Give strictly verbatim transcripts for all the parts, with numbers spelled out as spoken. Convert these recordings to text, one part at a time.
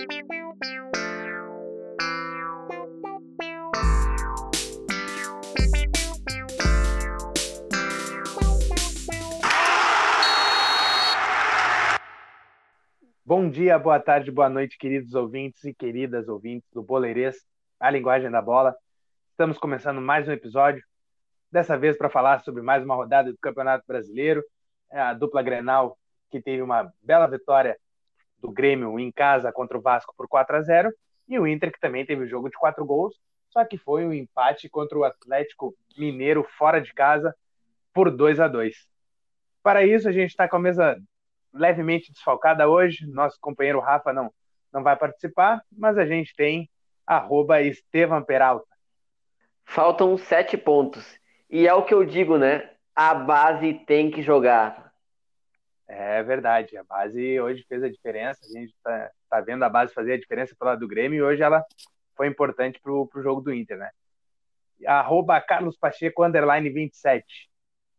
Bom dia, boa tarde, boa noite, queridos ouvintes e queridas ouvintes do Boleirês, a linguagem da bola. Estamos começando mais um episódio, dessa vez para falar sobre mais uma rodada do Campeonato Brasileiro, a dupla Grenal, que teve uma bela vitória do Grêmio em casa contra o Vasco por quatro a zero, e o Inter, que também teve o jogo de quatro gols, só que foi um empate contra o Atlético Mineiro fora de casa por dois a dois. Para isso, a gente está com a mesa levemente desfalcada hoje. Nosso companheiro Rafa não, não vai participar, mas a gente tem arroba Estevam Peralta. Faltam sete pontos. E é o que eu digo, né? A base tem que jogar. É verdade, a base hoje fez a diferença. A gente está tá vendo a base fazer a diferença pelo lado do Grêmio e hoje ela foi importante para o jogo do Inter, né? Arroba Carlos Pacheco, underline vinte e sete.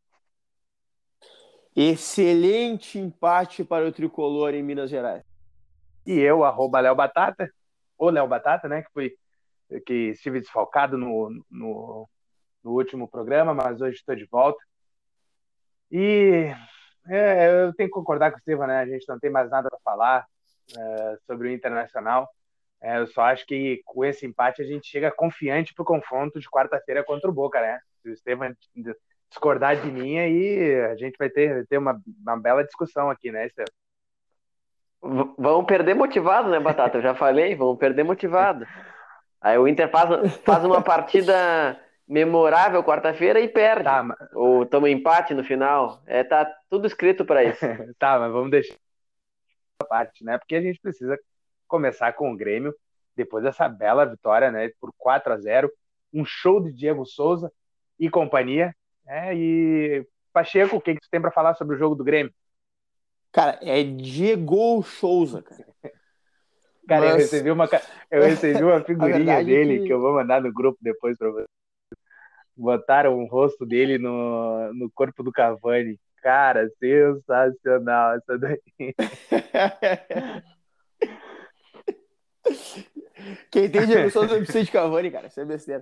Excelente empate para o Tricolor em Minas Gerais. E eu, arroba Léo Batata, ou Léo Batata, né, que, fui, que estive desfalcado no, no, no último programa, mas hoje estou de volta. E é, eu tenho que concordar com o Estevam, né, a gente não tem mais nada para falar é, sobre o Internacional. É, eu só acho que com esse empate a gente chega confiante para o confronto de quarta-feira contra o Boca, né? Se o Estevam discordar de mim, aí a gente vai ter, ter uma, uma bela discussão aqui, né, Estevam? V- vão perder motivado, né, Batata? Eu já falei, vão perder motivado. Aí o Inter faz, faz uma partida memorável quarta-feira e perde. Tá, mas... Ou toma empate no final. É, tá tudo escrito para isso. Tá, mas vamos deixar a parte, né? Porque a gente precisa começar com o Grêmio, depois dessa bela vitória, né? Por quatro a zero, um show de Diego Souza e companhia. É, e Pacheco, o que, que tu tem para falar sobre o jogo do Grêmio? Cara, é Diego Souza, cara. Cara, Mas... eu recebi uma, eu recebi uma figurinha dele é que... que eu vou mandar no grupo depois para você. Botaram o rosto dele no, no corpo do Cavani. Cara, sensacional essa daí. Quem tem Diego Souza não precisa de Cavani, cara. Isso é besteira.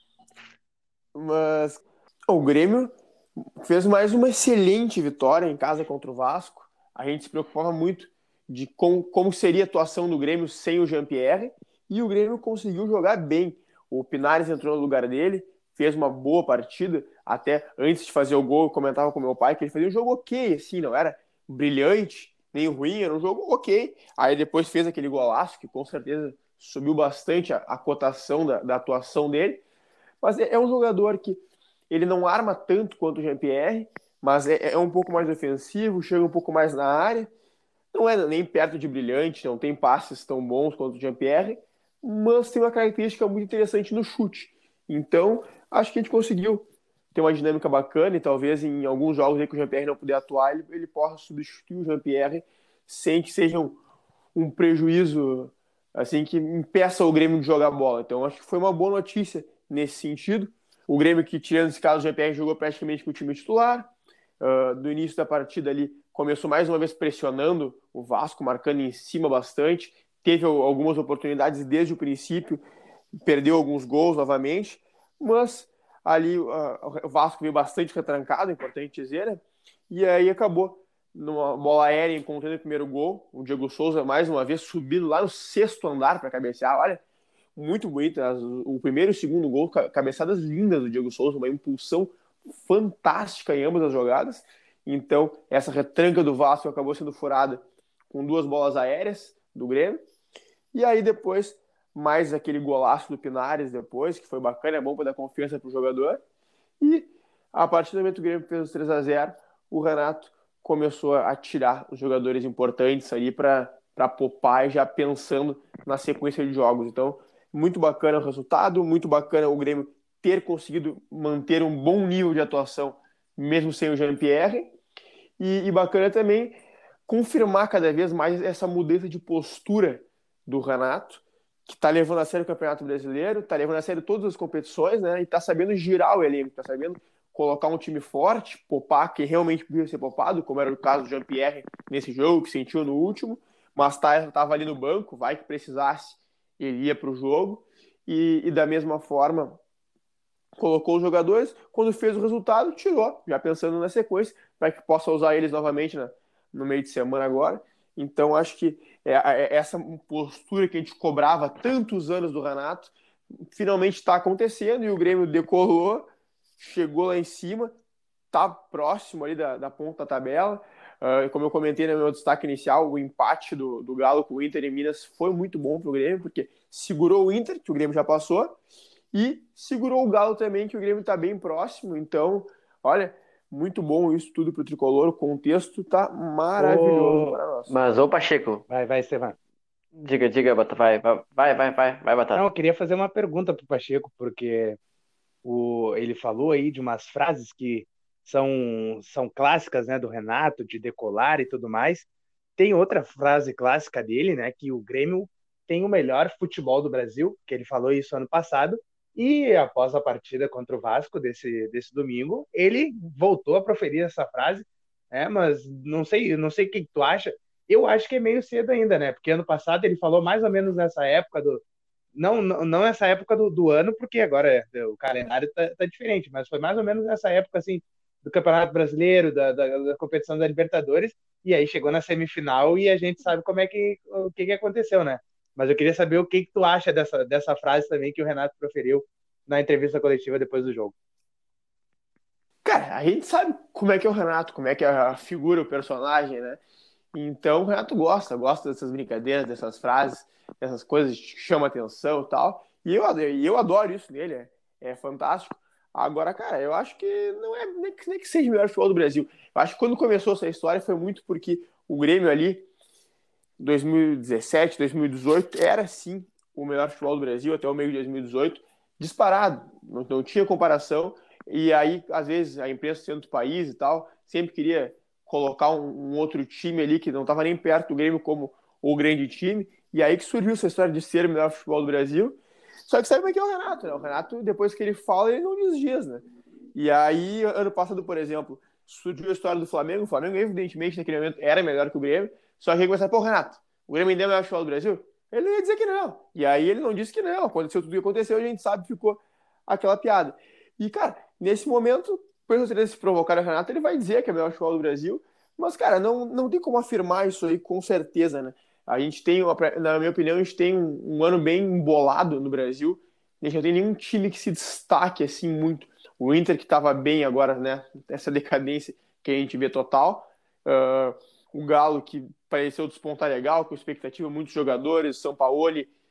Mas o Grêmio fez mais uma excelente vitória em casa contra o Vasco. A gente se preocupava muito de com, como seria a atuação do Grêmio sem o Jean-Pierre, e o Grêmio conseguiu jogar bem. O Pinares entrou no lugar dele, fez uma boa partida. Até antes de fazer o gol, eu comentava com meu pai que ele fazia um jogo ok, assim, não era brilhante, nem ruim, era um jogo ok. Aí depois fez aquele golaço, que com certeza subiu bastante a, a cotação da, da atuação dele. Mas é, é um jogador que ele não arma tanto quanto o Jean-Pierre, mas é, é um pouco mais ofensivo, chega um pouco mais na área. Não é nem perto de brilhante, não tem passes tão bons quanto o Jean-Pierre, mas tem uma característica muito interessante no chute. Então, acho que a gente conseguiu ter uma dinâmica bacana e talvez em alguns jogos aí que o Jean-Pierre não puder atuar, ele, ele possa substituir o Jean-Pierre sem que seja um, um prejuízo assim, que impeça o Grêmio de jogar bola. Então, acho que foi uma boa notícia nesse sentido. O Grêmio que, tirando esse caso, o Jean-Pierre jogou praticamente com o time titular. Uh, do início da partida ali, começou mais uma vez pressionando o Vasco, marcando em cima bastante. Teve algumas oportunidades desde o princípio, perdeu alguns gols novamente, mas ali uh, o Vasco veio bastante retrancado, importante dizer, né? E aí acabou numa bola aérea encontrando o primeiro gol. O Diego Souza, mais uma vez, subindo lá no sexto andar para cabecear. Olha, muito bonito. O primeiro e o segundo gol, cabeçadas lindas do Diego Souza, uma impulsão fantástica em ambas as jogadas. Então, essa retranca do Vasco acabou sendo furada com duas bolas aéreas do Grêmio. E aí depois, mais aquele golaço do Pinares depois, que foi bacana, é bom para dar confiança para o jogador. E a partir do momento que o Grêmio fez os três a zero, o Renato começou a tirar os jogadores importantes ali para poupar, já pensando na sequência de jogos. Então, muito bacana o resultado, muito bacana o Grêmio ter conseguido manter um bom nível de atuação, mesmo sem o Jean-Pierre, e, e bacana também confirmar cada vez mais essa mudança de postura do Renato, que está levando a sério o Campeonato Brasileiro, está levando a sério todas as competições, né, e está sabendo girar o elenco, está sabendo colocar um time forte, poupar quem realmente podia ser poupado, como era o caso do Jean-Pierre nesse jogo, que sentiu no último, mas estava ali no banco, vai que precisasse, ele ia para o jogo, e, e da mesma forma colocou os jogadores, quando fez o resultado, tirou, já pensando na sequência, para que possa usar eles novamente na, no meio de semana agora. Então, acho que é, é essa postura que a gente cobrava há tantos anos do Renato, finalmente está acontecendo, e o Grêmio decolou, chegou lá em cima, está próximo ali da, da ponta da tabela. Uh, como eu comentei no meu destaque inicial, o empate do, do Galo com o Inter em Minas foi muito bom para o Grêmio, porque segurou o Inter, que o Grêmio já passou, e segurou o Galo também, que o Grêmio está bem próximo. Então, olha, muito bom isso tudo para o Tricolor. O contexto está maravilhoso Ô, para nós. Mas, ô Pacheco, vai, vai, Estevam. diga, diga, Batata, vai, vai, vai, vai, vai, Não, Batata. eu queria fazer uma pergunta pro Pacheco, porque o, ele falou aí de umas frases que são, são clássicas, né, do Renato, de decolar e tudo mais. Tem outra frase clássica dele, né, que o Grêmio tem o melhor futebol do Brasil, que ele falou isso ano passado, e após a partida contra o Vasco desse, desse domingo, ele voltou a proferir essa frase, né, mas não sei, não sei o que que tu acha. Eu acho que é meio cedo ainda, né, porque ano passado ele falou mais ou menos nessa época do não, não, não essa época do, do ano, porque agora é, o calendário tá, tá diferente, mas foi mais ou menos nessa época, assim, do Campeonato Brasileiro, da, da, da competição da Libertadores, e aí chegou na semifinal e a gente sabe como é que, o que, que aconteceu, né? Mas eu queria saber o que, que tu acha dessa, dessa frase também que o Renato proferiu na entrevista coletiva depois do jogo. Cara, a gente sabe como é que é o Renato, como é que é a figura, o personagem, né? Então o Renato gosta, gosta dessas brincadeiras, dessas frases, dessas coisas que chamam atenção e tal. E eu, eu adoro isso nele, é, é fantástico. Agora, cara, eu acho que não é nem que, nem que seja o melhor futebol do Brasil. Eu acho que quando começou essa história foi muito porque o Grêmio ali, dois mil e dezessete, dois mil e dezoito, era sim o melhor futebol do Brasil até o meio de dois mil e dezoito, disparado, não, não tinha comparação. E aí, às vezes, a imprensa sendo do país e tal, sempre queria colocar um, um outro time ali que não estava nem perto do Grêmio como o grande time, e aí que surgiu essa história de ser o melhor futebol do Brasil. Só que sabe como é que é o Renato, né? O Renato, depois que ele fala, ele não diz dias, né? E aí, ano passado, por exemplo, surgiu a história do Flamengo. O Flamengo, evidentemente, naquele momento era melhor que o Grêmio, só que ele começou a pô, Renato, o Grêmio ainda é o melhor futebol do Brasil? Ele não ia dizer que não. E aí ele não disse que não. Aconteceu tudo o que aconteceu, a gente sabe, ficou aquela piada. E, cara, nesse momento, por se provocar o Renato, ele vai dizer que é o melhor futebol do Brasil, mas, cara, não, não tem como afirmar isso aí com certeza, né? A gente tem, uma, na minha opinião, a gente tem um, um ano bem embolado no Brasil. A gente não tem nenhum time que se destaque assim muito. O Inter, que estava bem agora, né? Essa decadência que a gente vê total. Uh, o Galo, que pareceu despontar legal, com expectativa, muitos jogadores. São Paulo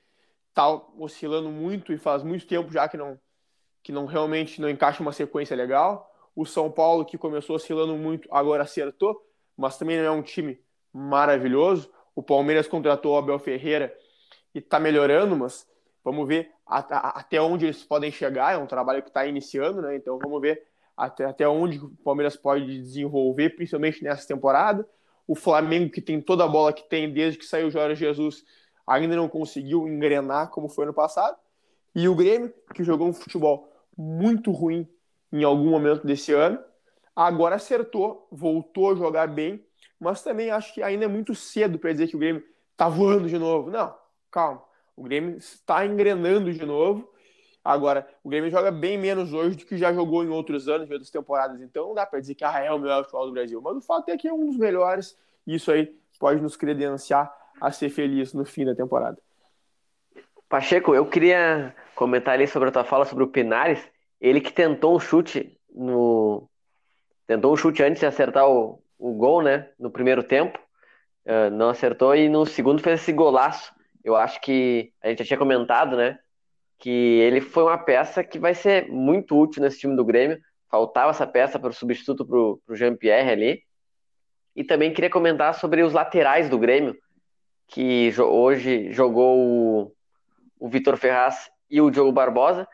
tá oscilando muito e faz muito tempo já que não, que não realmente não encaixa uma sequência legal. O São Paulo, que começou oscilando muito, agora acertou, mas também não é um time maravilhoso. O Palmeiras contratou o Abel Ferreira e está melhorando, mas vamos ver até onde eles podem chegar. É um trabalho que está iniciando, né? Então vamos ver até, até onde o Palmeiras pode desenvolver, principalmente nessa temporada. O Flamengo, que tem toda a bola que tem desde que saiu o Jorge Jesus, ainda não conseguiu engrenar como foi no passado. E o Grêmio, que jogou um futebol muito ruim em algum momento desse ano, agora acertou, voltou a jogar bem, mas também acho que ainda é muito cedo para dizer que o Grêmio está voando de novo. Não, calma. O Grêmio está engrenando de novo. Agora, o Grêmio joga bem menos hoje do que já jogou em outros anos, em outras temporadas. Então, não dá para dizer que ah, é o melhor futebol do Brasil. Mas o fato é que é um dos melhores. E isso aí pode nos credenciar a ser feliz no fim da temporada. Pacheco, eu queria comentar ali sobre a tua fala sobre o Pinares. Ele que tentou um chute no... Tentou um chute antes de acertar o, o gol, né? No primeiro tempo. Uh, não acertou e no segundo fez esse golaço. Eu acho que a gente já tinha comentado, né? Que ele foi uma peça que vai ser muito útil nesse time do Grêmio. Faltava essa peça para o substituto para o Jean-Pierre ali. E também queria comentar sobre os laterais do Grêmio, que jo- hoje jogou o, o Vitor Ferraz e o Diogo Barbosa.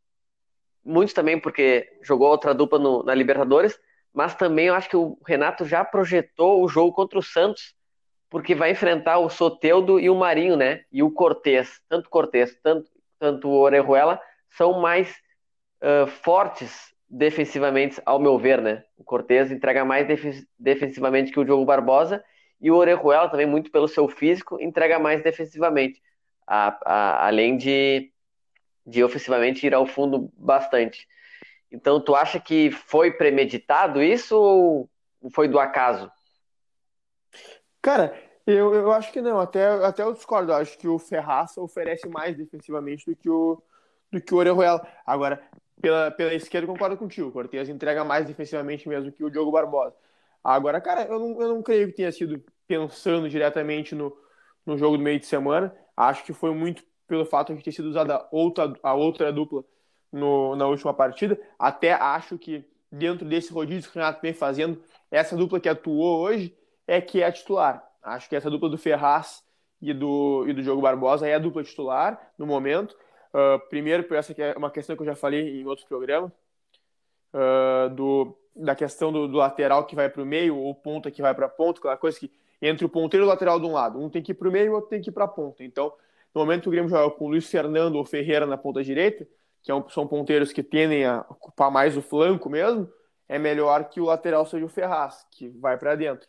Muitos também porque jogou outra dupla no, na Libertadores, mas também eu acho que o Renato já projetou o jogo contra o Santos, porque vai enfrentar o Soteldo e o Marinho, né? E o Cortez. Tanto o Cortez, tanto, tanto o Orejuela são mais uh, fortes defensivamente, ao meu ver, né? O Cortez entrega mais def- defensivamente que o Diogo Barbosa E o Orejuela também, muito pelo seu físico, entrega mais defensivamente, a, a, além de, de ofensivamente ir ao fundo bastante. Então, tu acha que foi premeditado isso ou foi do acaso? Cara, eu, eu acho que não, até, até eu discordo. Eu acho que o Ferraz oferece mais defensivamente do que o, do que o Orejuela. Agora, pela, pela esquerda, eu concordo contigo. O Cortez entrega mais defensivamente mesmo que o Diogo Barbosa. Agora, cara, eu não, eu não creio que tenha sido pensando diretamente no, no jogo do meio de semana. Acho que foi muito pelo fato de ter sido usada outra, a outra dupla no, na última partida. Até acho que dentro desse rodízio que o Renato vem fazendo, essa dupla que atuou hoje é que é a titular. Acho que essa dupla do Ferraz e do, e do Diogo Barbosa é a dupla titular no momento. Uh, primeiro, por essa que é uma questão que eu já falei em outros programas, uh, do, da questão do, do lateral que vai para o meio, ou ponta que vai para a ponta, aquela coisa que entre o ponteiro e o lateral de um lado, um tem que ir para o meio e o outro tem que ir para a ponta. Então, no momento que o Grêmio joga com o Luiz Fernando ou Ferreira na ponta direita, que é um, são ponteiros que tendem a ocupar mais o flanco mesmo, é melhor que o lateral seja o Ferraz, que vai para dentro.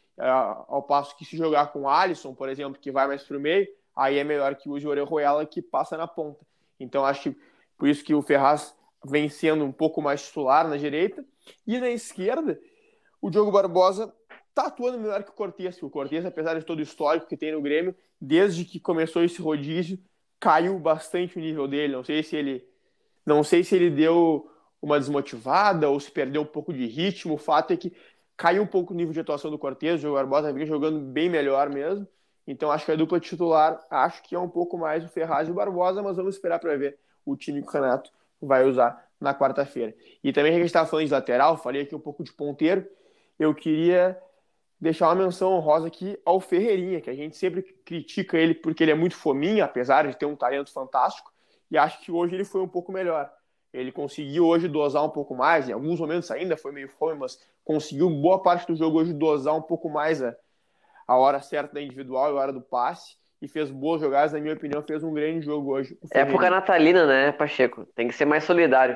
Ao passo que se jogar com o Alisson, por exemplo, que vai mais para o meio, aí é melhor que use o Orejuela, que passa na ponta. Então acho que por isso que o Ferraz vem sendo um pouco mais titular na direita. E na esquerda, o Diogo Barbosa está atuando melhor que o Cortez. O Cortez, apesar de todo o histórico que tem no Grêmio, desde que começou esse rodízio, caiu bastante o nível dele. Não sei se ele, não sei se ele deu uma desmotivada ou se perdeu um pouco de ritmo. O fato é que caiu um pouco o nível de atuação do Cortez, o Diogo Barbosa vem jogando bem melhor mesmo. Então acho que a dupla titular, acho que é um pouco mais o Ferraz e o Barbosa, mas vamos esperar para ver o time que o Renato vai usar na quarta-feira. E também, que a gente estava falando de lateral, falei aqui um pouco de ponteiro, eu queria deixar uma menção honrosa aqui ao Ferreirinha, que a gente sempre critica ele porque ele é muito fominha, apesar de ter um talento fantástico, e acho que hoje ele foi um pouco melhor. Ele conseguiu hoje dosar um pouco mais, em alguns momentos ainda foi meio fome, mas conseguiu boa parte do jogo hoje dosar um pouco mais a, a hora certa da individual e a hora do passe, e fez boas jogadas, na minha opinião, fez um grande jogo hoje. Época natalina, né, Pacheco? Tem que ser mais solidário.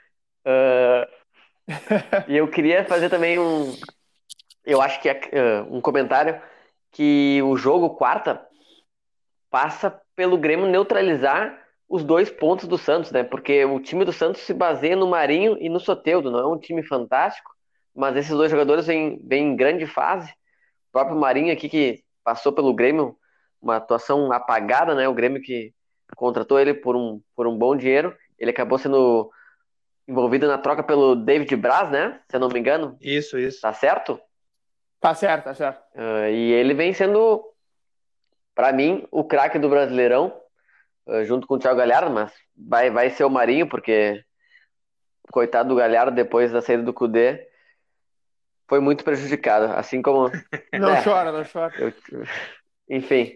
Uh, e eu queria fazer também um, eu acho que é uh, um comentário que o jogo quarta passa pelo Grêmio neutralizar os dois pontos do Santos, né? Porque o time do Santos se baseia no Marinho e no Soteldo, não é um time fantástico, mas esses dois jogadores vêm, vêm em grande fase. O próprio Marinho aqui que passou pelo Grêmio, uma atuação apagada, né? O Grêmio que contratou ele por um, por um bom dinheiro, ele acabou sendo envolvido na troca pelo David Braz, né? Se eu não me engano. Isso, isso. Tá certo? Tá certo, tá certo. Uh, e ele vem sendo, para mim, o craque do Brasileirão, uh, junto com o Thiago Galhardo, mas vai, vai ser o Marinho, porque coitado do Galhardo, depois da saída do Cudê, foi muito prejudicado, assim como... Não é, chora, não chora. Eu, enfim.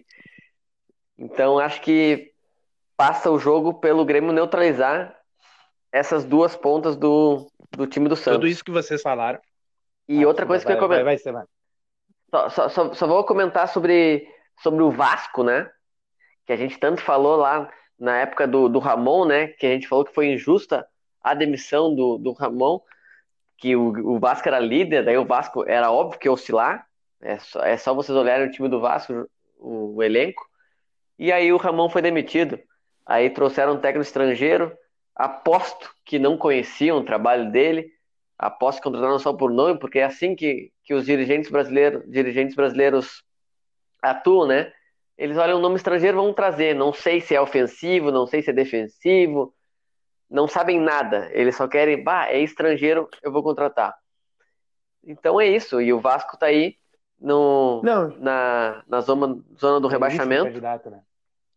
Então, acho que passa o jogo pelo Grêmio neutralizar essas duas pontas do, do time do Santos. Tudo isso que vocês falaram. E ah, outra coisa vai, que eu ia comentar... Vai, vai ser, mano. Só, só, só, só vou comentar sobre, sobre o Vasco, né? Que a gente tanto falou lá na época do, do Ramon, né? Que a gente falou que foi injusta a demissão do, do Ramon, que o, o Vasco era líder, daí o Vasco era óbvio que ia oscilar. É só, é só vocês olharem o time do Vasco, o, o elenco. E aí o Ramon foi demitido. Aí trouxeram um técnico estrangeiro. Aposto que não conheciam o trabalho dele. Aposto que contrataram só por nome, porque é assim que, que os dirigentes brasileiros, dirigentes brasileiros atuam, né? Eles olham o nome estrangeiro, vão trazer. Não sei se é ofensivo, não sei se é defensivo. Não sabem nada. Eles só querem, bah, é estrangeiro, eu vou contratar. Então é isso. E o Vasco tá aí no, Não. na, na zona, zona do rebaixamento. Candidato, né?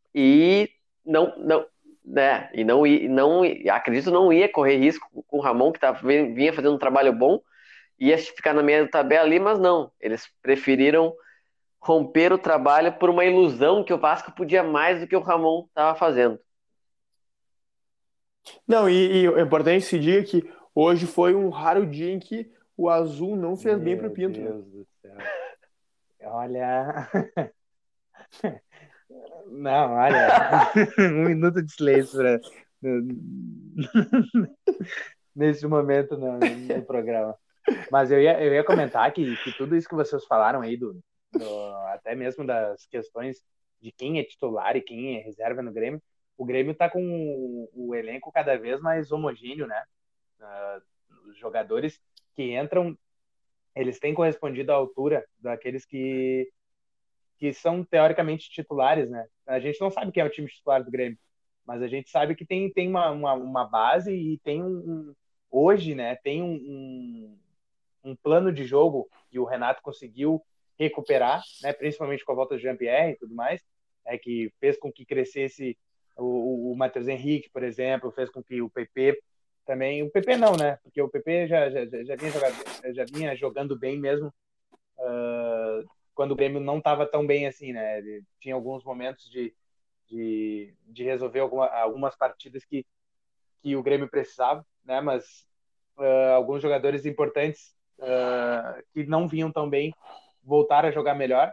E não, não, né? E não, não, acredito não ia correr risco com o Ramon, que tá, vinha fazendo um trabalho bom, ia ficar na meia da tabela ali, mas não. Eles preferiram romper o trabalho por uma ilusão que o Vasco podia mais do que o Ramon estava fazendo. Não, e, e é importante se diga que hoje foi um raro dia em que o Azul não fez Meu bem pro Pinto. Deus né? do céu. Olha... Não, olha... um minuto de silêncio pra... nesse momento no, no programa. Mas eu ia, eu ia comentar que, que tudo isso que vocês falaram aí do, do, até mesmo das questões de quem é titular e quem é reserva no Grêmio, o Grêmio está com o, o elenco cada vez mais homogêneo, né? Uh, os jogadores que entram, eles têm correspondido à altura daqueles que, que são teoricamente titulares, né? A gente não sabe quem é o time titular do Grêmio, mas a gente sabe que tem, tem uma, uma, uma base e tem um, um hoje, né? Tem um, um, um plano de jogo que o Renato conseguiu recuperar, né? Principalmente com a volta do Jean-Pierre e tudo mais, é que fez com que crescesse o, o Matheus Henrique, por exemplo, fez com que o P P também, o P P não, né? Porque o P P já, já, já, vinha, jogado, já vinha jogando bem mesmo uh, quando o Grêmio não estava tão bem assim, né? Ele tinha alguns momentos de, de, de resolver alguma, algumas partidas que, que o Grêmio precisava, né? Mas uh, alguns jogadores importantes uh, que não vinham tão bem voltaram a jogar melhor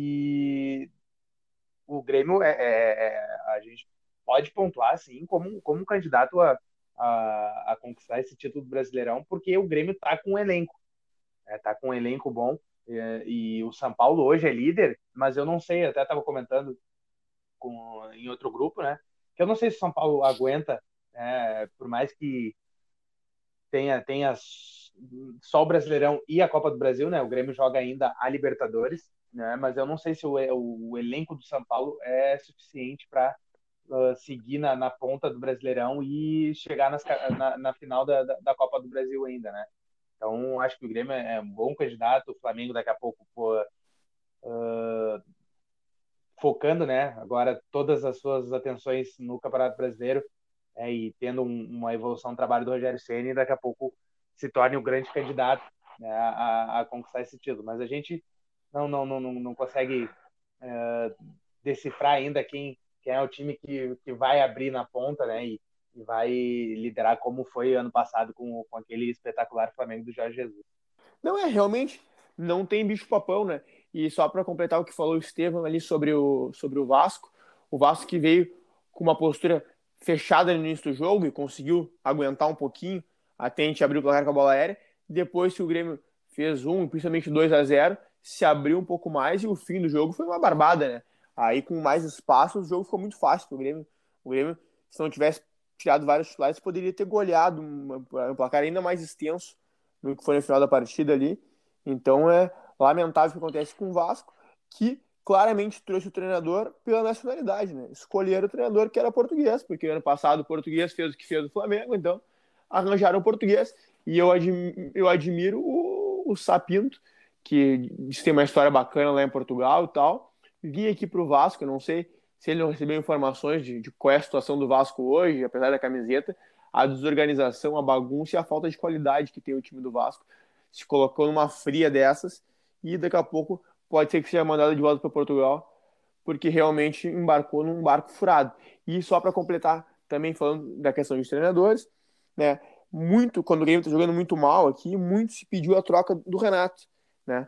e o Grêmio é, é, é, a gente pode pontuar assim como, como um candidato a, a, a conquistar esse título do Brasileirão, porque o Grêmio está com um elenco, está né? com um elenco bom é, e o São Paulo hoje é líder, mas eu não sei, até estava comentando com, em outro grupo, né? Que eu não sei se o São Paulo aguenta, né, por mais que tenha, tenha só o Brasileirão e a Copa do Brasil, né? O Grêmio joga ainda a Libertadores, né? Mas eu não sei se o, o, o elenco do São Paulo é suficiente para uh, seguir na, na ponta do Brasileirão e chegar nas, na, na final da, da, da Copa do Brasil ainda, né? Então, acho que o Grêmio é um bom candidato. O Flamengo, daqui a pouco, pô, uh, focando, né? Agora, todas as suas atenções no Campeonato Brasileiro é, e tendo um, uma evolução do trabalho do Rogério Ceni, daqui a pouco se torne o grande candidato, né, a, a conquistar esse título. Mas a gente não, não, não, não consegue é, decifrar ainda quem, quem é o time que, que vai abrir na ponta, né? E, e vai liderar como foi ano passado com, com aquele espetacular Flamengo do Jorge Jesus. Não é, realmente, não tem bicho-papão, né? E só para completar o que falou o Estevam ali sobre o, sobre o Vasco, o Vasco que veio com uma postura fechada no início do jogo e conseguiu aguentar um pouquinho até a gente abrir o placar com a bola aérea. Depois que o Grêmio fez um, principalmente dois a zero, se abriu um pouco mais e o fim do jogo foi uma barbada, né? Aí com mais espaço o jogo ficou muito fácil pro Grêmio. O Grêmio, se não tivesse tirado vários titulares, poderia ter goleado um, um placar ainda mais extenso no que foi no final da partida ali. Então é lamentável o que acontece com o Vasco, que claramente trouxe o treinador pela nacionalidade, né? Escolheram o treinador que era português, porque ano passado o português fez o que fez o Flamengo, então arranjaram o português. E eu, admi eu admiro o, o Sapinto, que tem uma história bacana lá em Portugal e tal. Vim aqui para o Vasco, não sei se ele não recebeu informações de, de qual é a situação do Vasco hoje, apesar da camiseta, a desorganização, a bagunça e a falta de qualidade que tem o time do Vasco. Se colocou numa fria dessas e daqui a pouco pode ser que seja mandado de volta para Portugal, porque realmente embarcou num barco furado. E só para completar, também falando da questão dos treinadores, né? Muito, quando o Grêmio está jogando muito mal aqui, muito se pediu a troca do Renato, né?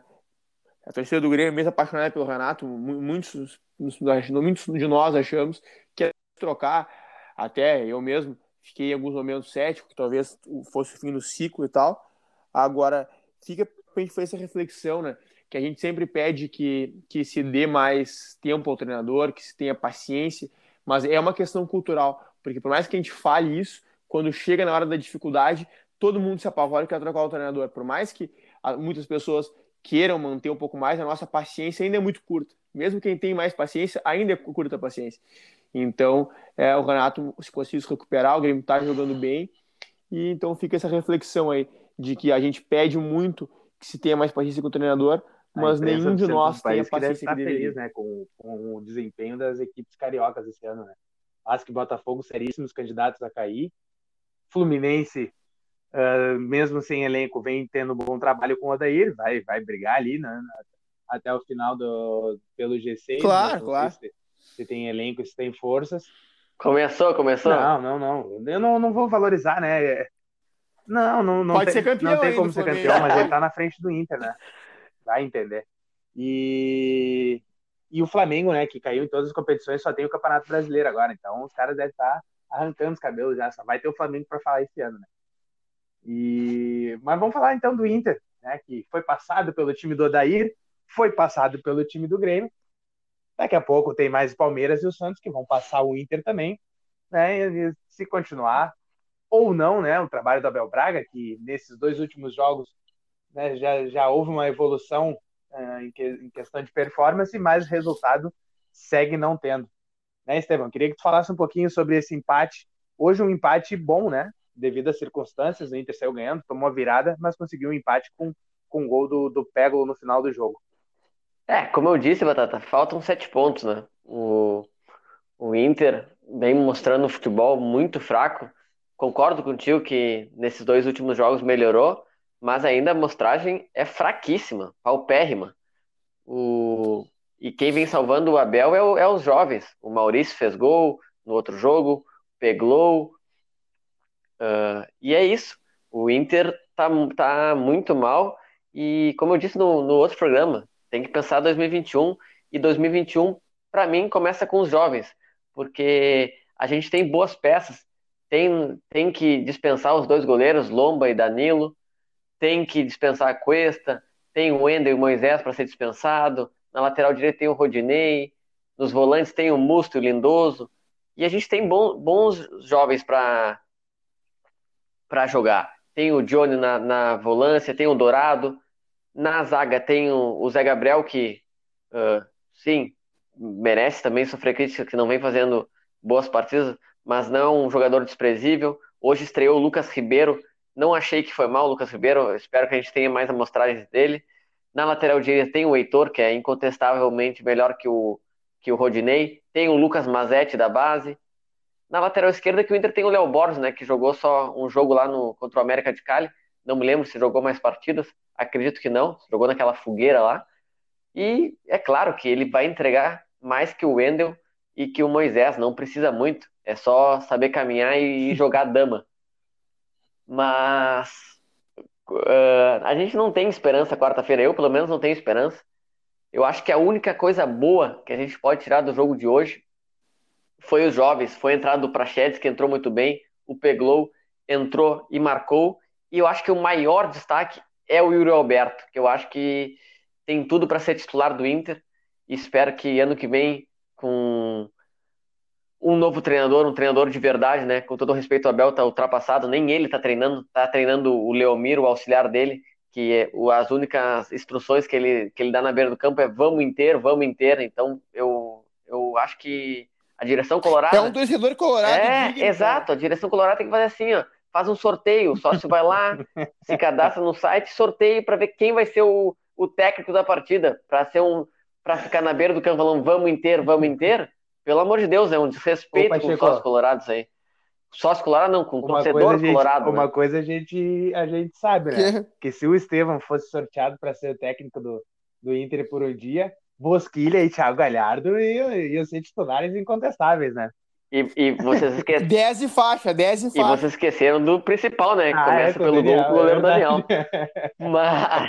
A torcida do Grêmio, mesmo apaixonada pelo Renato, muitos, muitos de nós achamos que ia trocar, até eu mesmo fiquei em alguns momentos cético, que talvez fosse o fim do ciclo e tal. Agora, fica pra gente fazer essa reflexão, né? Que a gente sempre pede que, que se dê mais tempo ao treinador, que se tenha paciência, mas é uma questão cultural, porque por mais que a gente fale isso, quando chega na hora da dificuldade, todo mundo se apavora e quer trocar o treinador. Por mais que muitas pessoas queiram manter um pouco mais, a nossa paciência ainda é muito curta. Mesmo quem tem mais paciência, ainda é curta a paciência. Então, é, o Renato, se conseguir se recuperar, o Grêmio está jogando bem, e então fica essa reflexão aí, de que a gente pede muito que se tenha mais paciência com o treinador, mas nenhum de nós tem a paciência que, que deveria. Feliz, né, com, com o desempenho das equipes cariocas esse ano, né? Vasco e Botafogo seríssimos candidatos a cair. Fluminense, uh, mesmo sem elenco, vem tendo um bom trabalho com o Odair, vai, vai brigar ali, né, até o final do, pelo G seis. Claro, não claro. sei se, se tem elenco, se tem forças. Começou, começou? Não, não, não. Eu não, não vou valorizar, né? Não, não, não Pode tem, ser campeão não tem ainda, como ser Flamengo. campeão, mas ele tá na frente do Inter, né? Vai entender. E, e o Flamengo, né, que caiu em todas as competições, só tem o Campeonato Brasileiro agora. Então os caras devem estar arrancando os cabelos já. Só vai ter o Flamengo para falar esse ano, né? E... Mas vamos falar então do Inter, né, que foi passado pelo time do Odair, foi passado pelo time do Grêmio. Daqui a pouco tem mais o Palmeiras e o Santos que vão passar o Inter também, né? E se continuar ou não, né? O trabalho do Abel Braga, que nesses dois últimos jogos, né, já, já houve uma evolução uh, em, que, em questão de performance, mas o resultado segue não tendo. Né, Estevão? Queria que tu falasse um pouquinho sobre esse empate. Hoje um empate bom, né? Devido às circunstâncias, o Inter saiu ganhando, tomou a virada, mas conseguiu um empate com, com um gol do, do Pego no final do jogo. É, como eu disse, Batata, faltam sete pontos, né? O, o Inter vem mostrando um futebol muito fraco. Concordo contigo que nesses dois últimos jogos melhorou, mas ainda a amostragem é fraquíssima, paupérrima. O... E quem vem salvando o Abel é, o, é os jovens. O Maurício fez gol no outro jogo, pegou. Uh, e é isso. O Inter tá, tá muito mal. E como eu disse no, no outro programa, tem que pensar dois mil e vinte e um. E dois mil e vinte e um, para mim, começa com os jovens. Porque a gente tem boas peças. Tem, tem que dispensar os dois goleiros, Lomba e Danilo. Tem que dispensar a Cuesta. Tem o Wendel e o Moisés para ser dispensado. Na lateral direita tem o Rodinei. Nos volantes tem o Musto e o Lindoso. E a gente tem bom, bons jovens para para jogar. Tem o Johnny na, na volância, tem o Dourado. Na zaga tem o, o Zé Gabriel, que, uh, sim, merece também sofrer crítica, que não vem fazendo boas partidas, mas não é um jogador desprezível. Hoje estreou o Lucas Ribeiro. Não achei que foi mal o Lucas Ribeiro. Espero que a gente tenha mais amostragens dele. Na lateral direita tem o Heitor, que é incontestavelmente melhor que o, que o Rodinei. Tem o Lucas Mazetti da base. Na lateral esquerda que o Inter tem o Léo Borges, né, que jogou só um jogo lá no, contra o América de Cali. Não me lembro se jogou mais partidas. Acredito que não. Jogou naquela fogueira lá. E é claro que ele vai entregar mais que o Wendel e que o Moisés. Não precisa muito. É só saber caminhar e jogar dama. Mas uh, a gente não tem esperança quarta-feira. Eu, pelo menos, não tenho esperança. Eu acho que a única coisa boa que a gente pode tirar do jogo de hoje foi os jovens, foi a entrada do Praxedes, que entrou muito bem, o Peglow entrou e marcou, e eu acho que o maior destaque é o Yuri Alberto, que eu acho que tem tudo para ser titular do Inter, e espero que ano que vem, com um novo treinador, um treinador de verdade, né, com todo o respeito, o Abel tá ultrapassado, nem ele tá treinando, tá treinando o Leomir, o auxiliar dele, que é, as únicas instruções que ele, que ele dá na beira do campo é vamos inteiro, vamos inteiro, então eu, eu acho que a direção colorada... É um torcedor colorado É, digno, exato. cara. A direção colorada tem que fazer assim, ó. Faz um sorteio. O sócio vai lá, se cadastra no site, sorteio para ver quem vai ser o, o técnico da partida. Para ser um, para ficar na beira do campo falando vamos inteiro, vamos inteiro. Pelo amor de Deus, é um desrespeito Ô, com os sócios colorados aí. Sócio colorado não, com o uma coisa, torcedor a gente, colorado, uma né? coisa a gente, a gente sabe, né? Que se o Estevão fosse sorteado para ser o técnico do, do Inter por um dia, Bosquilha e Thiago Galhardo iam, iam ser titulares incontestáveis, né? E, e vocês esqueceram. dez e faixa, dez e faixa. E vocês esqueceram do principal, né? Que Ah, começa é, com o pelo gol Daniel, com o é goleiro verdade. Daniel. Mas.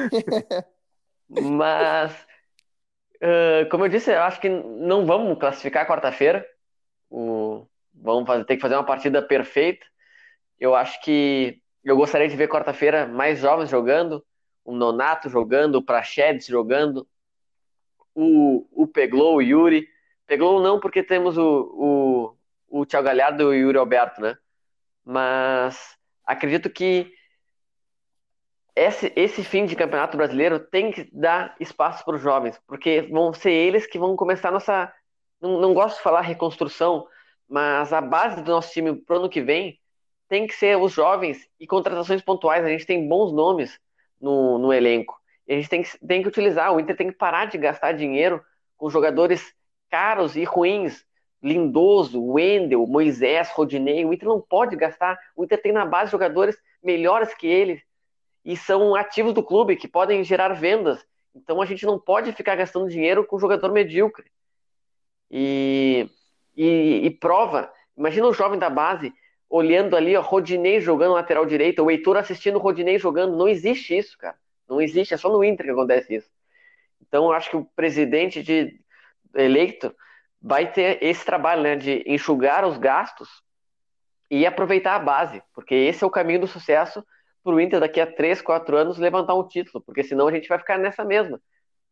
Mas. Uh, como eu disse, eu acho que não vamos classificar quarta-feira. O... Vamos fazer, ter que fazer uma partida perfeita. Eu acho que eu gostaria de ver quarta-feira mais jovens jogando, o Nonato jogando, o Praxedes jogando, o, o Peglow, o Yuri. Peglow não, porque temos o, o, o Thiago Galhardo e o Yuri Alberto, né? Mas acredito que esse, esse fim de campeonato brasileiro tem que dar espaço para os jovens, porque vão ser eles que vão começar a nossa. Não, não gosto de falar reconstrução, mas a base do nosso time pro ano que vem tem que ser os jovens e contratações pontuais. A gente tem bons nomes no, no elenco. E a gente tem que, tem que utilizar. O Inter tem que parar de gastar dinheiro com jogadores caros e ruins. Lindoso, Wendel, Moisés, Rodinei. O Inter não pode gastar. O Inter tem na base jogadores melhores que ele e são ativos do clube, que podem gerar vendas. Então a gente não pode ficar gastando dinheiro com jogador medíocre. E, e, e prova, imagina o jovem da base olhando ali, ó, Rodinei jogando lateral direito, o Heitor assistindo o Rodinei jogando. Não existe isso, cara. Não existe, é só no Inter que acontece isso. Então eu acho que o presidente de, eleito vai ter esse trabalho, né, de enxugar os gastos e aproveitar a base, porque esse é o caminho do sucesso para o Inter daqui a três, quatro anos levantar um título, porque senão a gente vai ficar nessa mesma.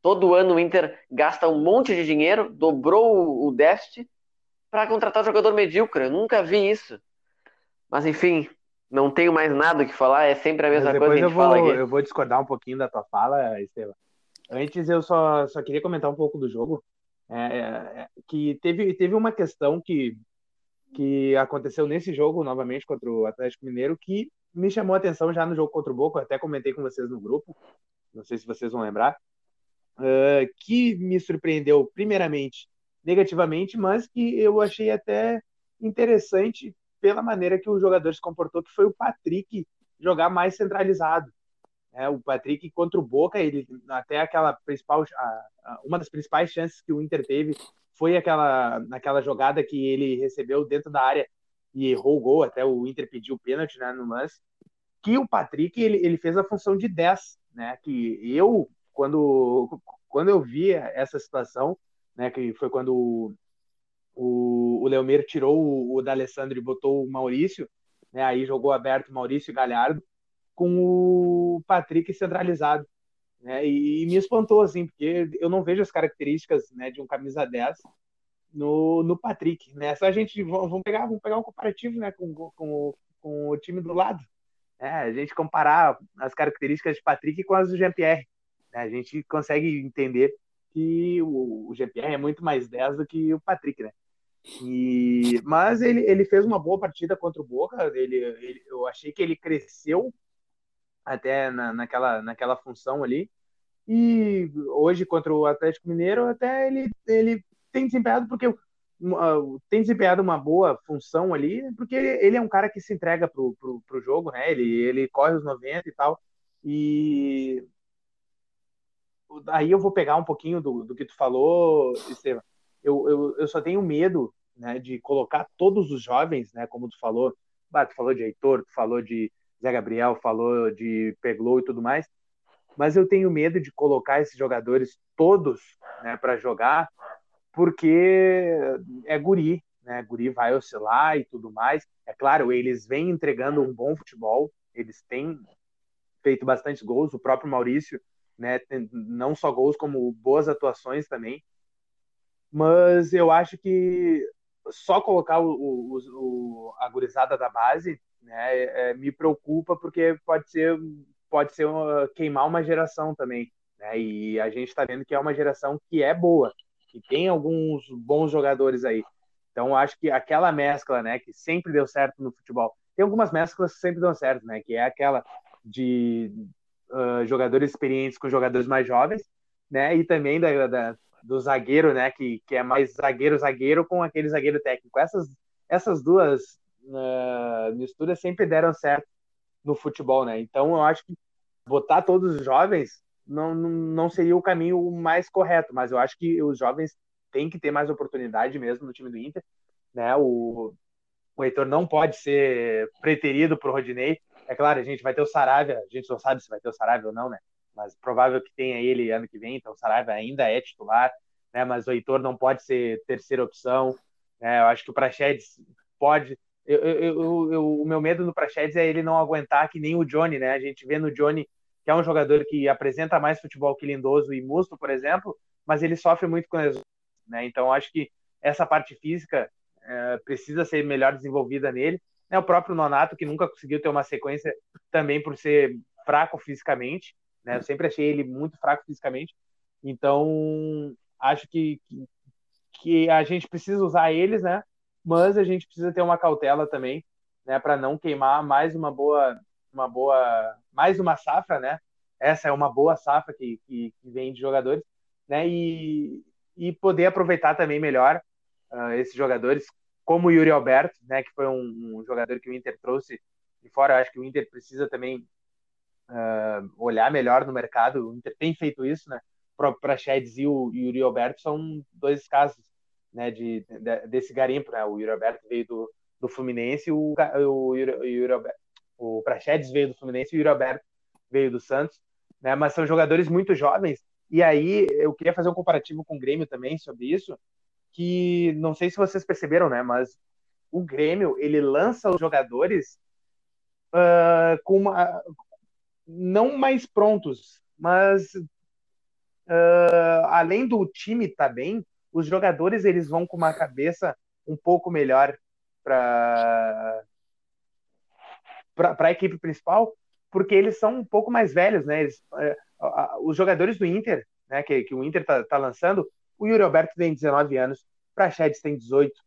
Todo ano o Inter gasta um monte de dinheiro, dobrou o déficit para contratar jogador medíocre. Eu nunca vi isso. Mas enfim, não tenho mais nada o que falar, é sempre a Mas mesma coisa depois que a eu gente fala vou, aqui. eu vou discordar um pouquinho da tua fala, Estevam. Antes eu só, só queria comentar um pouco do jogo. É, é, é, que teve, teve uma questão que, que aconteceu nesse jogo, novamente, contra o Atlético Mineiro, que me chamou a atenção já no jogo contra o Boca. Eu até comentei com vocês no grupo, não sei se vocês vão lembrar, uh, que me surpreendeu, primeiramente, negativamente, mas que eu achei até interessante pela maneira que o jogador se comportou, que foi o Patrick jogar mais centralizado. É, o Patrick contra o Boca, ele até aquela principal, a, a, uma das principais chances que o Inter teve foi aquela naquela jogada que ele recebeu dentro da área e errou o gol, até o Inter pediu o pênalti, né, no lance. Que o Patrick ele, ele fez a função de dez, né? Que eu quando quando eu vi essa situação, né, que foi quando o, o, o Leomir tirou o, o D'Alessandro e botou o Maurício, né? Aí jogou aberto Maurício e Galhardo com o Patrick centralizado, né? E, e me espantou, assim, porque eu não vejo as características, né, de um camisa dez no, no Patrick, né? Só a gente, vamos pegar, vamos pegar um comparativo, né, com, com, com o time do lado, né? A gente comparar as características de Patrick com as do Jean-Pierre, né? A gente consegue entender que o, o Jean-Pierre é muito mais dez do que o Patrick, né? E, mas ele, ele fez uma boa partida contra o Boca, ele, ele, eu achei que ele cresceu até na, naquela, naquela função ali. E hoje, contra o Atlético Mineiro, até ele, ele tem desempenhado, porque uh, tem desempenhado uma boa função ali, porque ele, ele é um cara que se entrega pro, pro, pro jogo, né? Ele, ele corre os noventa e tal. E aí eu vou pegar um pouquinho do, do que tu falou, Estevam. Eu, eu, eu só tenho medo, né, de colocar todos os jovens, né, como tu falou. Bah, tu falou de Heitor, tu falou de Zé Gabriel, falou de Peglow e tudo mais, mas eu tenho medo de colocar esses jogadores todos, né, para jogar, porque é guri, né? Guri vai oscilar e tudo mais. É claro, eles vêm entregando um bom futebol, eles têm feito bastante gols, o próprio Maurício, né, não só gols como boas atuações também. Mas eu acho que só colocar o, o, o a gurizada da base, né, é, me preocupa, porque pode ser pode ser uma, queimar uma geração também, né? E a gente está vendo que é uma geração que é boa, que tem alguns bons jogadores aí. Então acho que aquela mescla, né, que sempre deu certo no futebol, tem algumas mesclas que sempre dão certo, né? Que é aquela de uh, jogadores experientes com jogadores mais jovens, né? E também da, da do zagueiro, né, que, que é mais zagueiro-zagueiro com aquele zagueiro técnico. Essas, essas duas uh, misturas sempre deram certo no futebol, né? Então eu acho que botar todos os jovens não, não, não seria o caminho mais correto, mas eu acho que os jovens têm que ter mais oportunidade mesmo no time do Inter, né? O, o Heitor não pode ser preterido por Rodinei. É claro, a gente vai ter o Saravia, a gente não sabe se vai ter o Saravia ou não, né? Mas provável que tenha ele ano que vem, então o Saravia ainda é titular, né? Mas o Heitor não pode ser terceira opção, né? Eu acho que o Praxedes pode. Eu, eu, eu, eu, o meu medo no Praxedes é ele não aguentar que nem o Johnny, né? A gente vê no Johnny que é um jogador que apresenta mais futebol que Lindoso e Musto, por exemplo, mas ele sofre muito com lesões, né? Então acho que essa parte física é, precisa ser melhor desenvolvida nele. É o próprio Nonato, que nunca conseguiu ter uma sequência também por ser fraco fisicamente, né? Eu sempre achei ele muito fraco fisicamente. Então, acho que, que, que a gente precisa usar eles, né? Mas a gente precisa ter uma cautela também, né? Para não queimar mais uma boa, uma boa, mais uma safra, né? Essa é uma boa safra que, que, que vem de jogadores, né? E, e poder aproveitar também melhor uh, esses jogadores, como o Yuri Alberto, né? Que foi um, um jogador que o Inter trouxe de fora. Eu acho que o Inter precisa também uh, olhar melhor no mercado. O Inter tem feito isso, né? O próprio Praxedes e o Yuri Alberto são dois casos, né, de, de, desse garimpo, né? O Yuri Alberto veio do, do Fluminense, o, o, Yuri, o, Yuri Alberto, o Praxedes veio do Fluminense e o Yuri Alberto veio do Santos, né? Mas são jogadores muito jovens. E aí eu queria fazer um comparativo com o Grêmio também sobre isso, que não sei se vocês perceberam, né? Mas o Grêmio, ele lança os jogadores uh, com uma, não mais prontos, mas uh, além do time estar tá bem, os jogadores eles vão com uma cabeça um pouco melhor para para a equipe principal, porque eles são um pouco mais velhos, né? Eles, uh, uh, os jogadores do Inter, né, que, que o Inter está tá lançando, o Yuri Alberto tem dezenove anos, o Praxedes tem dezoito,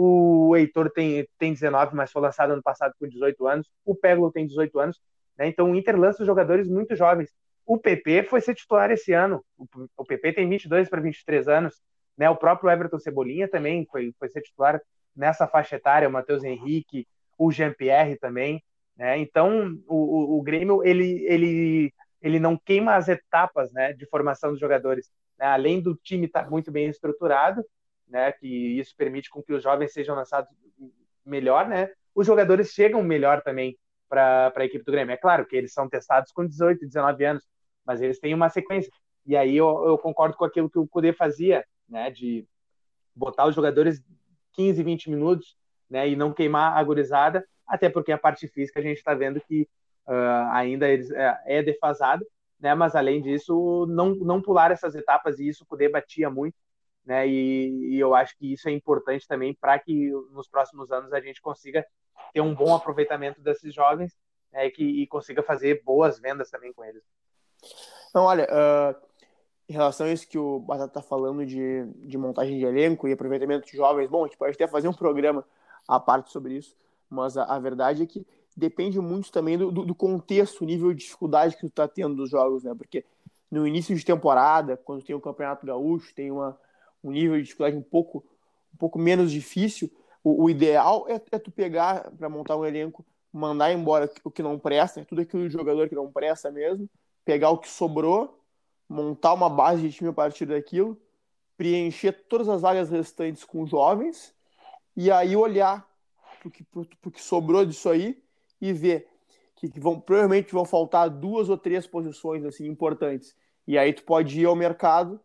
o Heitor tem, tem dezenove, mas foi lançado ano passado com dezoito anos, o Peglo tem dezoito anos, né? Então o Inter lança jogadores muito jovens. O P P foi ser titular esse ano, o, o P P tem vinte e dois para vinte e três anos, né? O próprio Everton Cebolinha também foi, foi ser titular nessa faixa etária, o Matheus Henrique, o Jean-Pierre também, né? Então o, o, o Grêmio ele, ele, ele não queima as etapas, né, de formação dos jogadores, né? Além do time estar tá muito bem estruturado, né, que isso permite com que os jovens sejam lançados melhor, né? Os jogadores chegam melhor também para a equipe do Grêmio. É claro que eles são testados com dezoito, dezenove anos, mas eles têm uma sequência. E aí eu, eu concordo com aquilo que o Cudê fazia, né, de botar os jogadores quinze, vinte minutos, né, e não queimar a gurizada, até porque a parte física a gente está vendo que uh, ainda eles, é, é defasada, né, mas além disso, não, não pular essas etapas, e isso o Cudê batia muito, né, e, e eu acho que isso é importante também para que nos próximos anos a gente consiga ter um bom aproveitamento desses jovens, né, e, que, e consiga fazer boas vendas também com eles. Não, olha, uh, em relação a isso que o Batata está falando de, de montagem de elenco e aproveitamento de jovens, bom, a gente pode até fazer um programa à parte sobre isso, mas a, a verdade é que depende muito também do, do, do contexto, o nível de dificuldade que tu está tendo dos jogos, né? Porque no início de temporada, quando tem o Campeonato Gaúcho, tem uma, um nível de dificuldade um pouco, um pouco menos difícil, o, o ideal é, é tu pegar para montar um elenco, mandar embora o que não presta, tudo aquilo de jogador que não presta mesmo, pegar o que sobrou, montar uma base de time a partir daquilo, preencher todas as vagas restantes com jovens e aí olhar pro que, pro, pro que sobrou disso aí e ver que, que vão, provavelmente vão faltar duas ou três posições assim importantes. E aí tu pode ir ao mercado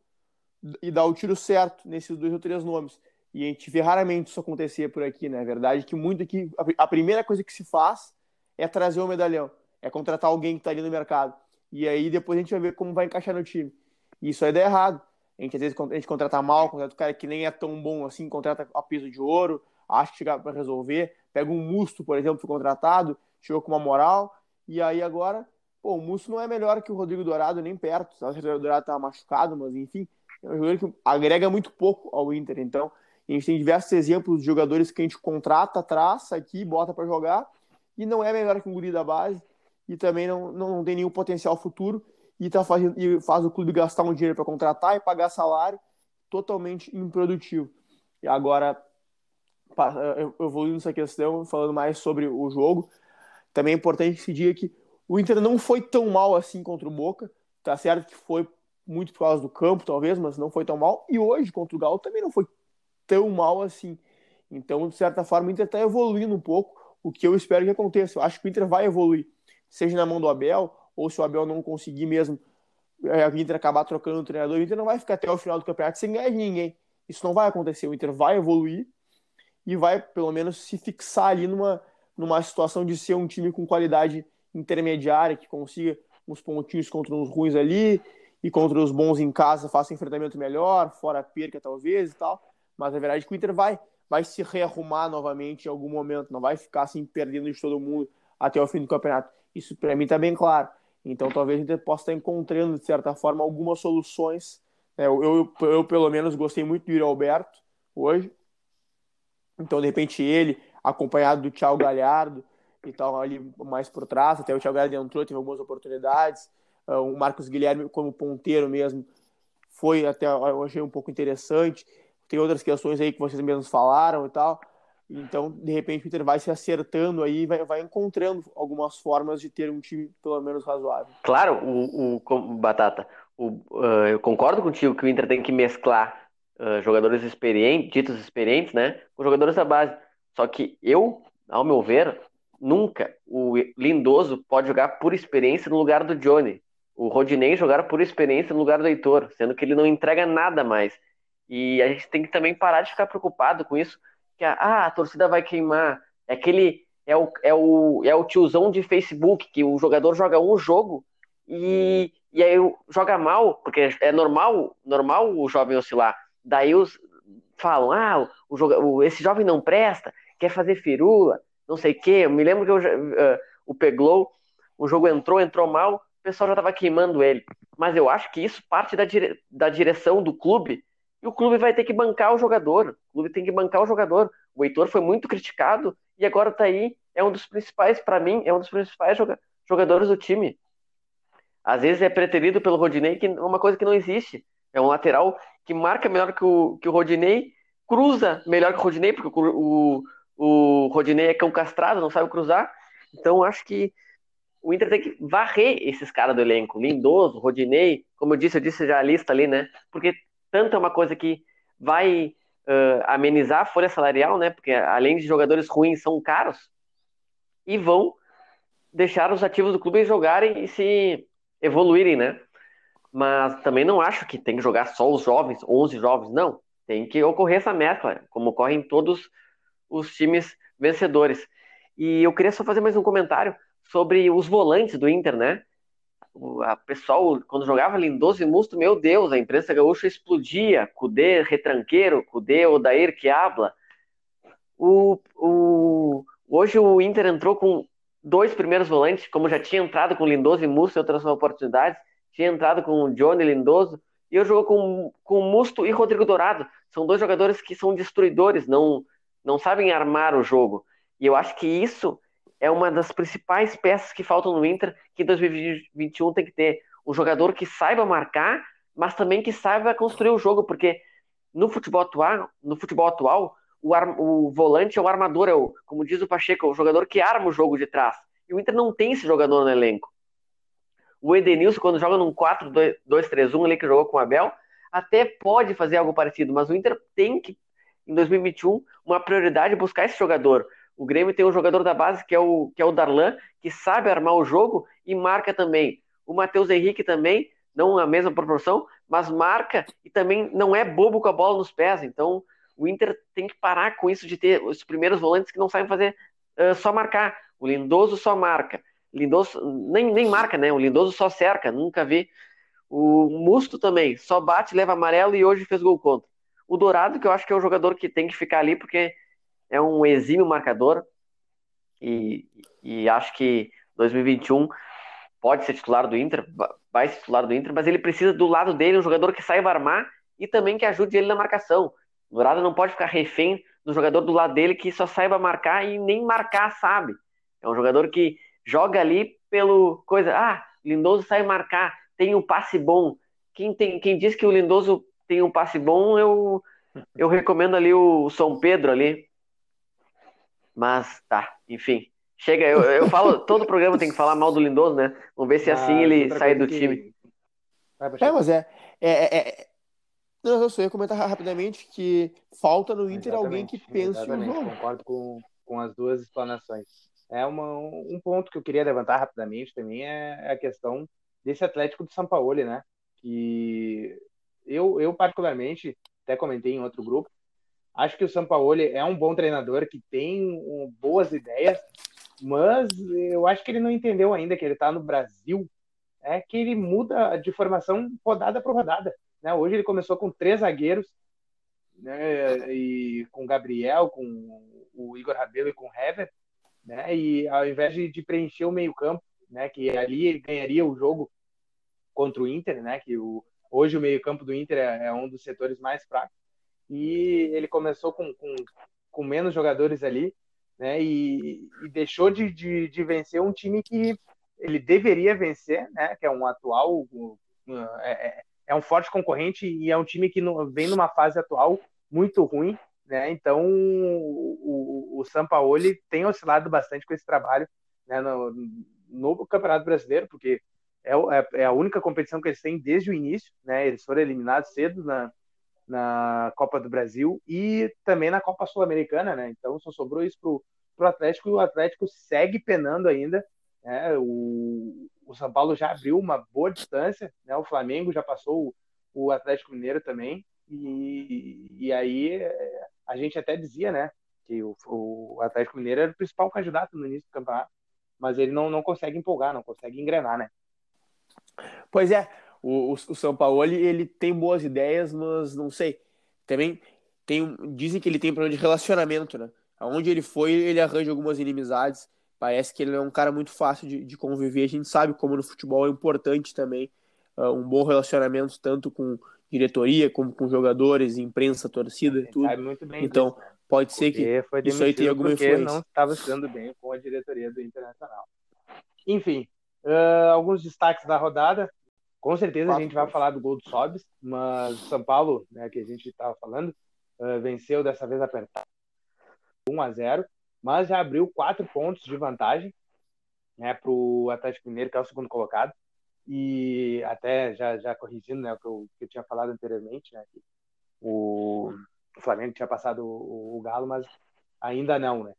e dar o tiro certo nesses dois ou três nomes. E a gente vê raramente isso acontecer por aqui, né? É verdade que muito aqui, a primeira coisa que se faz é trazer o medalhão, é contratar alguém que está ali no mercado. E aí depois a gente vai ver como vai encaixar no time. E isso aí dá errado. A gente às vezes a gente contrata mal, contrata o cara que nem é tão bom assim, contrata a piso de ouro, acha que chega para resolver, pega um Musto, por exemplo, foi contratado, chegou com uma moral, e aí agora, pô, o Musto não é melhor que o Rodrigo Dourado, nem perto. O Rodrigo Dourado estava machucado, mas enfim, é um jogador que agrega muito pouco ao Inter. Então, a gente tem diversos exemplos de jogadores que a gente contrata, traça aqui, bota para jogar, e não é melhor que um guri da base, e também não, não tem nenhum potencial futuro, e, tá fazendo, e faz o clube gastar um dinheiro para contratar e pagar salário totalmente improdutivo. E agora, evoluindo essa questão, falando mais sobre o jogo, também é importante que se diga que o Inter não foi tão mal assim contra o Boca, tá certo que foi muito por causa do campo, talvez, mas não foi tão mal, e hoje contra o Galo também não foi tão mal assim. Então, de certa forma, o Inter está evoluindo um pouco, o que eu espero que aconteça. Eu acho que o Inter vai evoluir, seja na mão do Abel, ou se o Abel não conseguir mesmo, é, o Inter acabar trocando o treinador, o Inter não vai ficar até o final do campeonato sem ganhar de ninguém. Isso não vai acontecer. O Inter vai evoluir e vai, pelo menos, se fixar ali numa, numa situação de ser um time com qualidade intermediária, que consiga uns pontinhos contra uns ruins ali, e contra os bons em casa faça um enfrentamento melhor, fora perca talvez e tal. Mas a verdade é que o Inter vai, vai se rearrumar novamente em algum momento, não vai ficar assim perdendo de todo mundo até o fim do campeonato. Isso para mim está bem claro. Então talvez a gente possa estar encontrando, de certa forma, algumas soluções. Eu, eu, eu pelo menos, gostei muito do Yuri Alberto hoje. Então, de repente, ele, acompanhado do Thiago Galhardo e tal, ali mais por trás, até o Thiago Galhardo entrou, teve algumas oportunidades. O Marcos Guilherme, como ponteiro mesmo, foi até, eu achei um pouco interessante. Tem outras questões aí que vocês mesmos falaram e tal. Então, de repente, o Inter vai se acertando aí e vai, vai encontrando algumas formas de ter um time pelo menos razoável. Claro, o, o Batata, o, uh, eu concordo contigo que o Inter tem que mesclar uh, jogadores experientes, ditos experientes, né, com jogadores da base. Só que eu, ao meu ver, nunca o Lindoso pode jogar por experiência no lugar do Johnny. O Rodinei jogar por experiência no lugar do Heitor, sendo que ele não entrega nada mais. E a gente tem que também parar de ficar preocupado com isso, que a, ah, a torcida vai queimar. É aquele, é o, é, o, é o tiozão de Facebook, que o jogador joga um jogo e, e aí joga mal, porque é normal, normal o jovem oscilar. Daí os falam, ah, o, o, esse jovem não presta, quer fazer firula, não sei o quê. Eu me lembro que eu, uh, o Peglow, o jogo entrou, entrou mal, o pessoal já estava queimando ele. Mas eu acho que isso parte da, dire, da direção do clube, e o clube vai ter que bancar o jogador. O clube tem que bancar o jogador. O Heitor foi muito criticado, e agora tá aí, é um dos principais, para mim, é um dos principais joga, jogadores do time. Às vezes é preterido pelo Rodinei, que é uma coisa que não existe. É um lateral que marca melhor que o, que o Rodinei, cruza melhor que o Rodinei, porque o, o, o Rodinei é cão castrado, não sabe cruzar. Então acho que o Inter tem que varrer esses caras do elenco. Lindoso, Rodinei, como eu disse, eu disse já a lista ali, né? Porque tanto é uma coisa que vai uh, amenizar a folha salarial, né? Porque além de jogadores ruins, são caros, e vão deixar os ativos do clube jogarem e se evoluírem, né? Mas também não acho que tem que jogar só os jovens, onze jovens, não. Tem que ocorrer essa mescla, como ocorre em todos os times vencedores. E eu queria só fazer mais um comentário sobre os volantes do Inter, né? O a pessoal, quando jogava Lindoso e Musto, meu Deus, a imprensa gaúcha explodia. Cudê, retranqueiro, Cudê, Odair, que habla. O, o, hoje o Inter entrou com dois primeiros volantes, como já tinha entrado com Lindoso e Musto em outras oportunidades, tinha entrado com o Johnny Lindoso, e eu jogou com, com Musto e Rodrigo Dourado. São dois jogadores que são destruidores, não, não sabem armar o jogo. E eu acho que isso é uma das principais peças que faltam no Inter, que em dois mil e vinte e um tem que ter um jogador que saiba marcar, mas também que saiba construir o jogo, porque no futebol atual, no futebol atual o, ar, o volante é o armador, é o, como diz o Pacheco, é o jogador que arma o jogo de trás. E o Inter não tem esse jogador no elenco. O Edenilson, quando joga num quatro dois três um ali que jogou com o Abel, até pode fazer algo parecido, mas o Inter tem que, em dois mil e vinte e um, uma prioridade buscar esse jogador. O Grêmio tem um jogador da base que é o, que é o Darlan, que sabe armar o jogo e marca também. O Matheus Henrique também, não a mesma proporção, mas marca e também não é bobo com a bola nos pés. Então, o Inter tem que parar com isso de ter os primeiros volantes que não sabem fazer uh, só marcar. O Lindoso só marca. Lindoso nem, nem marca, né? O Lindoso só cerca, nunca vi. O Musto também, só bate, leva amarelo e hoje fez gol contra. O Dourado, que eu acho que é o jogador que tem que ficar ali, porque é um exímio marcador, e, e acho que dois mil e vinte e um pode ser titular do Inter, vai ser titular do Inter, mas ele precisa do lado dele um jogador que saiba armar e também que ajude ele na marcação. O Dourado não pode ficar refém do jogador do lado dele que só saiba marcar e nem marcar sabe. É um jogador que joga ali pelo coisa, ah, Lindoso sai marcar, tem um passe bom. Quem, tem, quem diz que o Lindoso tem um passe bom, eu, eu recomendo ali o São Pedro ali. Mas tá, enfim. Chega, eu, eu falo, todo programa tem que falar mal do Lindoso, né? Vamos ver se Mas assim ele outra sai coisa do que... time. Vai, É, Pacheco. mas é. é, é, é... Não, eu só ia comentar rapidamente que falta no Inter alguém que Exatamente, pense o exatamente. jogo. Concordo com, com as duas explanações. É uma, um ponto que eu queria levantar rapidamente também é a questão desse Atlético do São Paulo, né? Que eu, eu particularmente, até comentei em outro grupo, acho que o São Paulo é um bom treinador que tem um, boas ideias, mas eu acho que ele não entendeu ainda que ele está no Brasil, é que ele muda de formação rodada por rodada. Né? Hoje ele começou com três zagueiros, né, e com o Gabriel, com o Igor Rabelo e com o Hever, né, e ao invés de, de preencher o meio-campo, né, que ali ele ganharia o jogo contra o Inter, né, que o, hoje o meio-campo do Inter é, é um dos setores mais fracos, e ele começou com, com, com menos jogadores ali, né, e, e deixou de, de, de vencer um time que ele deveria vencer, né, que é um atual, é, é um forte concorrente e é um time que vem numa fase atual muito ruim, né, então o, o, o Sampaoli tem oscilado bastante com esse trabalho, né, no, no Campeonato Brasileiro, porque é, é a única competição que eles têm desde o início, né, eles foram eliminados cedo na, na Copa do Brasil e também na Copa Sul-Americana, né? Então só sobrou isso pro, pro Atlético e o Atlético segue penando ainda, né? O, o São Paulo já abriu uma boa distância, né? O Flamengo já passou o, o Atlético Mineiro também e, e aí a gente até dizia, né? Que o, o Atlético Mineiro era o principal candidato no início do campeonato, mas ele não, não consegue empolgar, não consegue engrenar, né? Pois é, o, o, o Sampaoli, ele tem boas ideias, mas não sei. Também tem, um- dizem que ele tem problema de relacionamento, né? Aonde ele foi, ele arranja algumas inimizades. Parece que ele é um cara muito fácil de, de conviver. A gente sabe como no futebol é importante também ah, um bom relacionamento, tanto com diretoria, como com jogadores, imprensa, torcida A e gente tudo. sabe muito bem disso, Então, né? pode ser que Porque foi isso aí tenha demitido alguma porque não influência. estava se dando bem com a diretoria do Internacional. Enfim, ah, alguns destaques da rodada. Com certeza a Quatro gente vai pontos. falar do gol do Sobis, mas o São Paulo, né, que a gente estava falando, ah, venceu dessa vez apertado um a zero, mas já abriu quatro pontos de vantagem, né, para o Atlético Mineiro, que é o segundo colocado. E até já, já corrigindo, né, o que eu, que eu tinha falado anteriormente, né, que o, o Flamengo tinha passado o, o Galo, mas ainda não, né?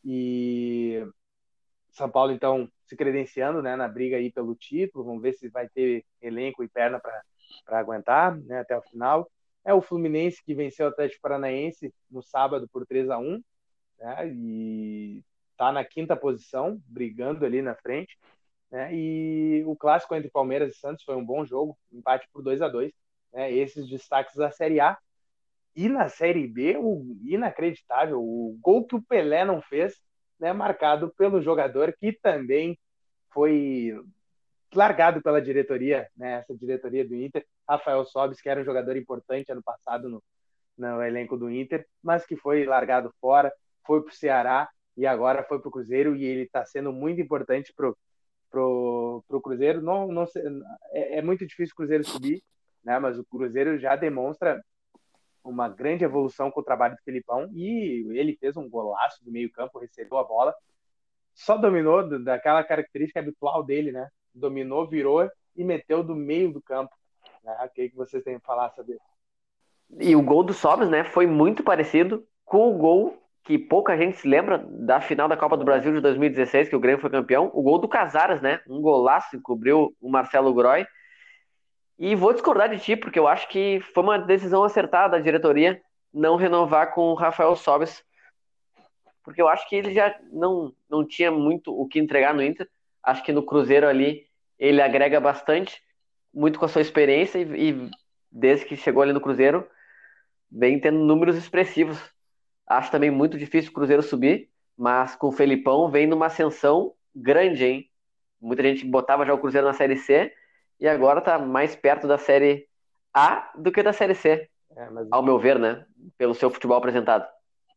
E São Paulo, então, se credenciando, né, na briga aí pelo título. Vamos ver se vai ter elenco e perna para aguentar, né, até o final. É o Fluminense que venceu o Atlético Paranaense no sábado por três a um, né, e está na quinta posição, brigando ali na frente. Né, e o clássico entre Palmeiras e Santos foi um bom jogo, empate por dois a dois. Né, esses destaques da Série A. E na Série B, o inacreditável, o gol que o Pelé não fez, né, marcado pelo jogador que também foi largado pela diretoria, né, essa diretoria do Inter, Rafael Sobis, que era um jogador importante ano passado no, no elenco do Inter, mas que foi largado fora, foi para o Ceará e agora foi para o Cruzeiro, e ele está sendo muito importante para pro, pro Cruzeiro. Não, não é, é muito difícil o Cruzeiro subir, né, mas o Cruzeiro já demonstra uma grande evolução com o trabalho do Filipão, e ele fez um golaço do meio campo, recebeu a bola, só dominou daquela característica habitual dele, né? Dominou, virou e meteu do meio do campo. Né? O que, que vocês têm para falar sobre isso? E o gol do Sobis, né, foi muito parecido com o gol que pouca gente se lembra da final da Copa do Brasil de dois mil e dezesseis, que o Grêmio foi campeão, o gol do Casares, né? Um golaço que cobriu o Marcelo Groy. E vou discordar de ti, porque eu acho que foi uma decisão acertada da diretoria não renovar com o Rafael Sobis, porque eu acho que ele já não, não tinha muito o que entregar no Inter. Acho que no Cruzeiro ali ele agrega bastante, muito com a sua experiência, e, e desde que chegou ali no Cruzeiro, vem tendo números expressivos. Acho também muito difícil o Cruzeiro subir, mas com o Felipão vem numa ascensão grande, hein? Muita gente botava já o Cruzeiro na Série C e agora tá mais perto da Série A do que da Série C, É, mas... ao meu ver, né? Pelo seu futebol apresentado.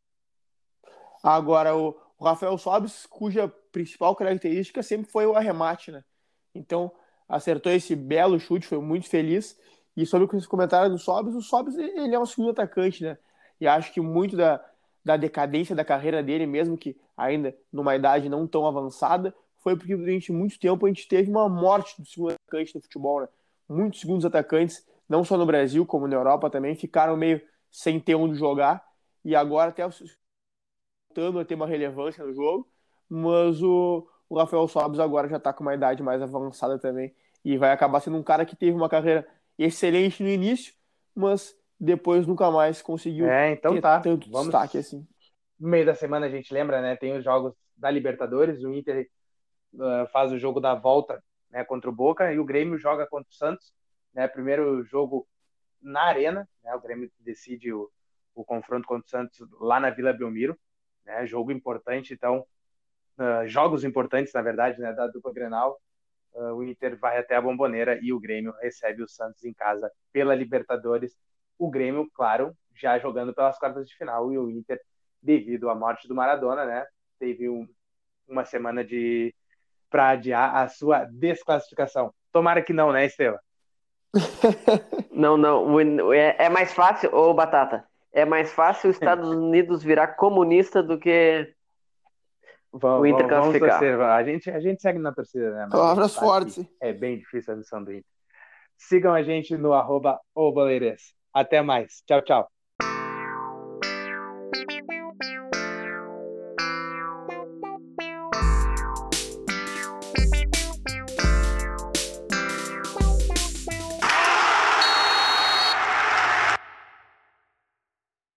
Agora, o, o Rafael Sobis, cuja principal característica sempre foi o arremate, né? Então, acertou esse belo chute, foi muito feliz. E sobre o que vocês comentaram do Sobis, o Sobis, ele é um segundo atacante, né? E acho que muito da, da decadência da carreira dele, mesmo que ainda numa idade não tão avançada, foi porque durante muito tempo a gente teve uma morte do segundo atacante no futebol, né? Muitos segundos atacantes, não só no Brasil, como na Europa também, ficaram meio sem ter onde jogar. E agora até voltando a ter uma relevância no jogo, mas o, o Rafael Sobis agora já está com uma idade mais avançada também e vai acabar sendo um cara que teve uma carreira excelente no início, mas depois nunca mais conseguiu É, então ter tá. tanto Vamos... destaque assim. No meio da semana a gente lembra, né? Tem os jogos da Libertadores, o Inter uh, faz o jogo da volta, né, contra o Boca, e o Grêmio joga contra o Santos, né? Primeiro jogo na Arena, né? O Grêmio decide o, o confronto contra o Santos lá na Vila Belmiro, né? Jogo importante, então uh, jogos importantes, na verdade, né, da dupla Grenal. Uh, o Inter vai até a Bombonera e o Grêmio recebe o Santos em casa pela Libertadores. O Grêmio, claro, já jogando pelas quartas de final, e o Inter, devido à morte do Maradona, né, teve um, uma semana de para adiar a sua desclassificação. Tomara que não, né, Estela? Não, não. É, é mais fácil, ô Batata, é mais fácil os Estados Unidos virar comunista do que o Inter Vamos, vamos classificar. torcer. A gente, a gente segue na torcida, né? Mas Palavras fortes. é bem difícil a missão do Inter. Sigam a gente no arroba Oboleires. Até mais. Tchau, tchau.